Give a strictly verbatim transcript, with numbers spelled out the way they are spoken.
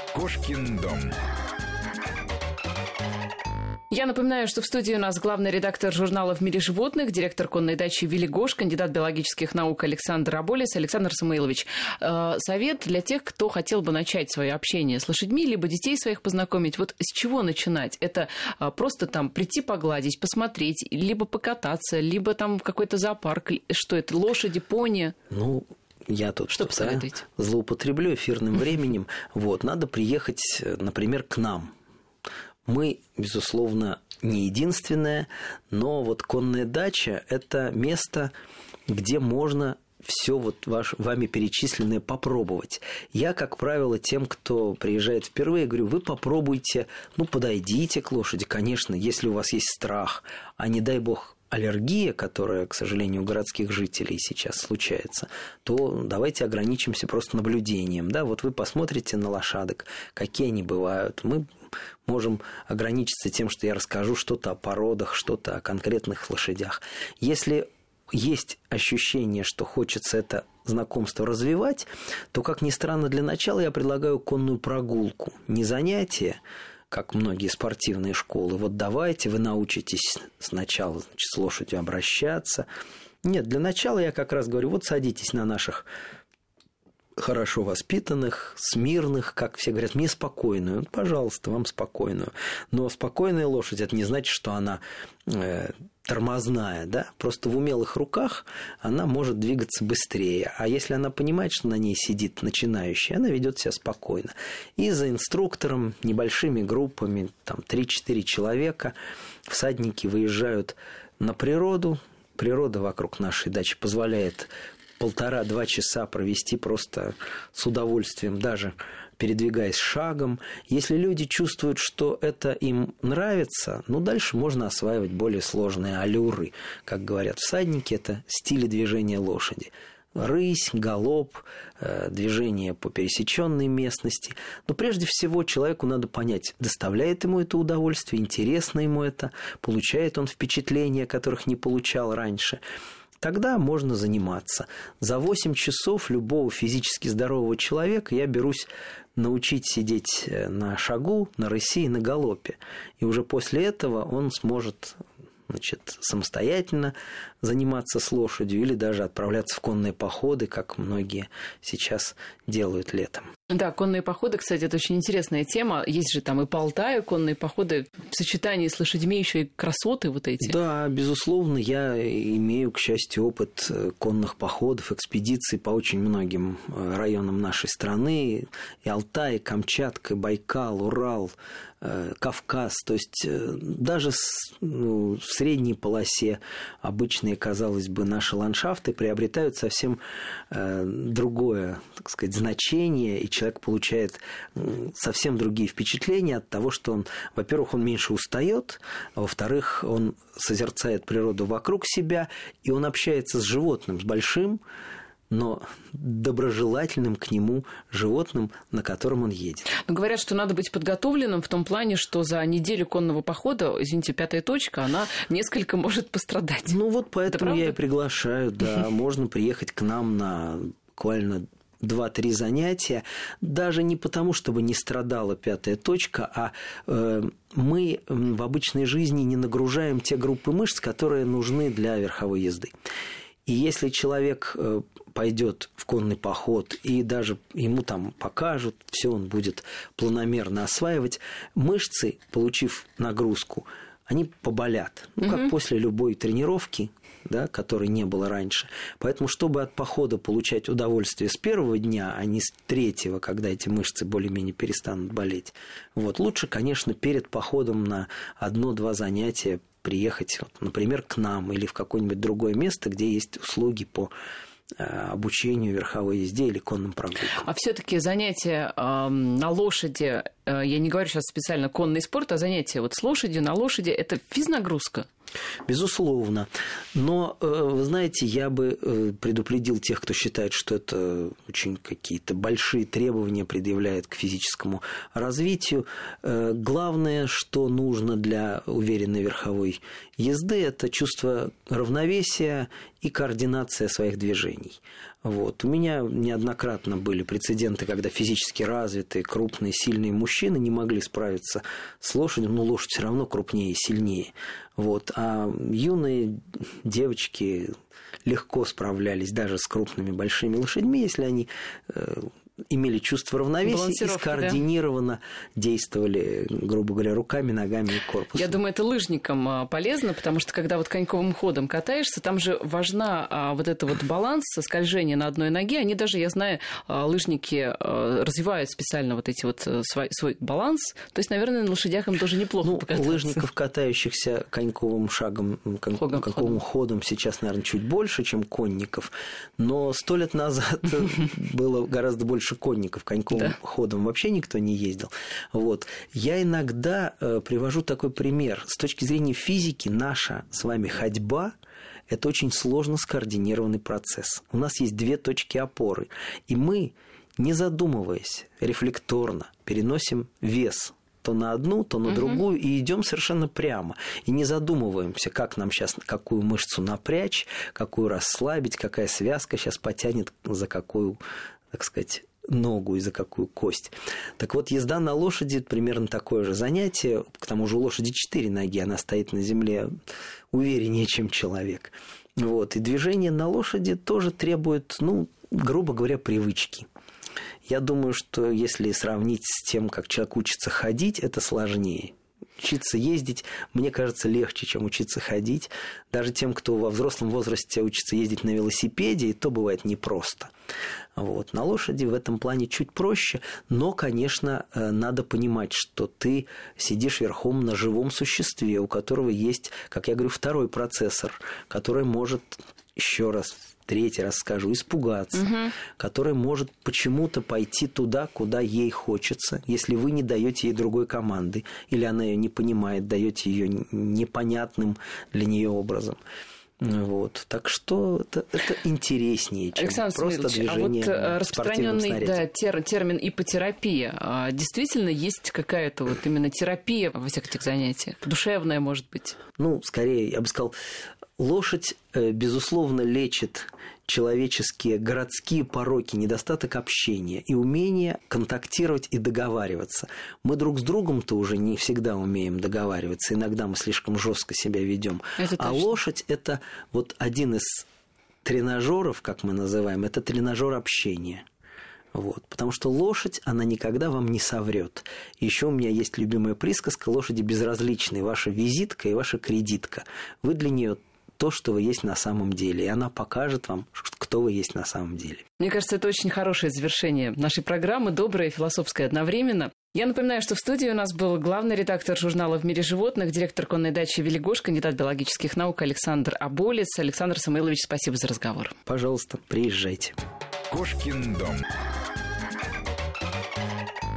Кошкин дом. Я напоминаю, что в студии у нас главный редактор журнала «В мире животных», директор конной дачи «Велигош», кандидат биологических наук Александр Аболис. Александр Самойлович, э, совет для тех, кто хотел бы начать свое общение с лошадьми, либо детей своих познакомить. Вот с чего начинать? Это э, просто там прийти погладить, посмотреть, либо покататься, либо там в какой-то зоопарк. Что это, лошади, пони? Ну... Я тут что да, злоупотреблю эфирным временем. Вот, надо приехать, например, к нам. Мы, безусловно, не единственная, но вот конная дача – это место, где можно все вот ваш, вами перечисленное попробовать. Я, как правило, тем, кто приезжает впервые, говорю, вы попробуйте, ну, подойдите к лошади, конечно, если у вас есть страх, а не дай бог аллергия, которая, к сожалению, у городских жителей сейчас случается, то давайте ограничимся просто наблюдением. Да? Вот вы посмотрите на лошадок, какие они бывают. Мы можем ограничиться тем, что я расскажу что-то о породах, что-то о конкретных лошадях. Если есть ощущение, что хочется это знакомство развивать, то, как ни странно, для начала я предлагаю конную прогулку. Не занятие, как многие спортивные школы. Вот давайте вы научитесь сначала, значит, с лошадью обращаться. Нет, для начала я как раз говорю, вот садитесь на наших хорошо воспитанных, смирных, как все говорят, мне спокойную. Пожалуйста, вам спокойную. Но спокойная лошадь, это не значит, что она э, тормозная, да? Просто в умелых руках она может двигаться быстрее. А если она понимает, что на ней сидит начинающий, она ведет себя спокойно. И за инструктором небольшими группами, там три-четыре человека, всадники выезжают на природу. Природа вокруг нашей дачи позволяет полтора-два часа провести просто с удовольствием, даже передвигаясь шагом. Если люди чувствуют, что это им нравится, ну, дальше можно осваивать более сложные аллюры. Как говорят всадники, это стили движения лошади. Рысь, галоп, движение по пересеченной местности. Но прежде всего человеку надо понять, доставляет ему это удовольствие, интересно ему это, получает он впечатления, которых не получал раньше. Тогда можно заниматься. За восемь часов любого физически здорового человека я берусь научить сидеть на шагу, на рыси и на галопе. И уже после этого он сможет, значит, самостоятельно заниматься с лошадью или даже отправляться в конные походы, как многие сейчас делают летом. Да, конные походы, кстати, это очень интересная тема. Есть же там и по Алтаю конные походы в сочетании с лошадьми, еще и красоты вот эти. Да, безусловно, я имею, к счастью, опыт конных походов, экспедиций по очень многим районам нашей страны. И Алтай, и Камчатка, и Байкал, Урал, Кавказ. То есть даже ну, в средней полосе обычные, казалось бы, наши ландшафты приобретают совсем другое, так сказать, значение, и человек получает совсем другие впечатления от того, что он, во-первых, он меньше устает, а во-вторых, он созерцает природу вокруг себя, и он общается с животным, с большим, но доброжелательным к нему животным, на котором он едет. Но говорят, что надо быть подготовленным в том плане, что за неделю конного похода, извините, пятая точка, она несколько может пострадать. Ну вот поэтому я и приглашаю, да, можно приехать к нам на буквально два-три занятия, даже не потому, чтобы не страдала пятая точка, а э, мы в обычной жизни не нагружаем те группы мышц, которые нужны для верховой езды. И если человек пойдет в конный поход и даже ему там покажут, все он будет планомерно осваивать, мышцы, получив нагрузку, они поболят. Ну, как угу. после любой тренировки, да, которой не было раньше. Поэтому, чтобы от похода получать удовольствие с первого дня, а не с третьего, когда эти мышцы более-менее перестанут болеть, вот, лучше, конечно, перед походом на одно-два занятия приехать, вот, например, к нам или в какое-нибудь другое место, где есть услуги по обучению верховой езде или конным прогулкам. А все-таки занятия э, на лошади, э, я не говорю сейчас специально конный спорт, а занятия вот с лошадью на лошади, это физнагрузка? Безусловно. Но, вы знаете, я бы предупредил тех, кто считает, что это очень какие-то большие требования предъявляет к физическому развитию. Главное, что нужно для уверенной верховой езды, это чувство равновесия и координация своих движений. Вот. У меня неоднократно были прецеденты, когда физически развитые, крупные, сильные мужчины не могли справиться с лошадью, но лошадь все равно крупнее и сильнее. Вот. А юные девочки легко справлялись даже с крупными большими лошадьми, если они имели чувство равновесия и скоординированно да. действовали, грубо говоря, руками, ногами и корпусом. Я думаю, это лыжникам полезно, потому что когда вот коньковым ходом катаешься, там же важна а, вот это вот баланс, скольжение на одной ноге. Они даже, я знаю, лыжники а, развивают специально вот эти вот свой, свой баланс. То есть, наверное, на лошадях им тоже неплохо ну, покататься. Лыжников, катающихся коньковым шагом, кон, ходом, коньковым ходом. ходом, сейчас, наверное, чуть больше, чем конников. Но сто лет назад было гораздо больше конников, коньковым да. ходом вообще никто не ездил. Вот. Я иногда э, привожу такой пример. С точки зрения физики, наша с вами ходьба – это очень сложно скоординированный процесс. У нас есть две точки опоры, и мы, не задумываясь, рефлекторно переносим вес то на одну, то на другую, угу. и идем совершенно прямо. И не задумываемся, как нам сейчас, какую мышцу напрячь, какую расслабить, какая связка сейчас потянет за какую, так сказать, ногу и за какую кость. Так вот, езда на лошади примерно такое же занятие. К тому же у лошади четыре ноги, она стоит на земле увереннее, чем человек. Вот. И движение на лошади тоже требует, ну, грубо говоря, привычки. Я думаю, что если сравнить с тем, как человек учится ходить, это сложнее. Учиться ездить, мне кажется, легче, чем учиться ходить. Даже тем, кто во взрослом возрасте учится ездить на велосипеде, и то бывает непросто. Вот. На лошади в этом плане чуть проще, но, конечно, надо понимать, что ты сидишь верхом на живом существе, у которого есть, как я говорю, второй процессор, который может, еще раз, третий раз скажу, испугаться, угу. которая может почему-то пойти туда, куда ей хочется, если вы не даете ей другой команды, или она ее не понимает, даете ее непонятным для нее образом. Вот. Так что это, это интереснее, чем Александр просто Самойлович, движение а вот распространенный да, тер, термин ипотерапия. А действительно есть какая-то вот именно терапия во всех этих занятиях? Душевная, может быть? Ну, скорее, я бы сказал, лошадь, безусловно, лечит человеческие городские пороки, недостаток общения и умение контактировать и договариваться. Мы друг с другом-то уже не всегда умеем договариваться, иногда мы слишком жестко себя ведем. А лошадь – это вот один из тренажеров, как мы называем, это тренажер общения. Вот. Потому что лошадь, она никогда вам не соврет. Еще у меня есть любимая присказка: лошади безразличны, ваша визитка и ваша кредитка. Вы для нее то, что вы есть на самом деле, и она покажет вам, кто вы есть на самом деле. Мне кажется, это очень хорошее завершение нашей программы, доброе и философское одновременно. Я напоминаю, что в студии у нас был главный редактор журнала «В мире животных», директор конной дачи «Велигош», кандидат биологических наук Александр Аболец. Александр Самойлович, спасибо за разговор. Пожалуйста, приезжайте. Кошкин дом.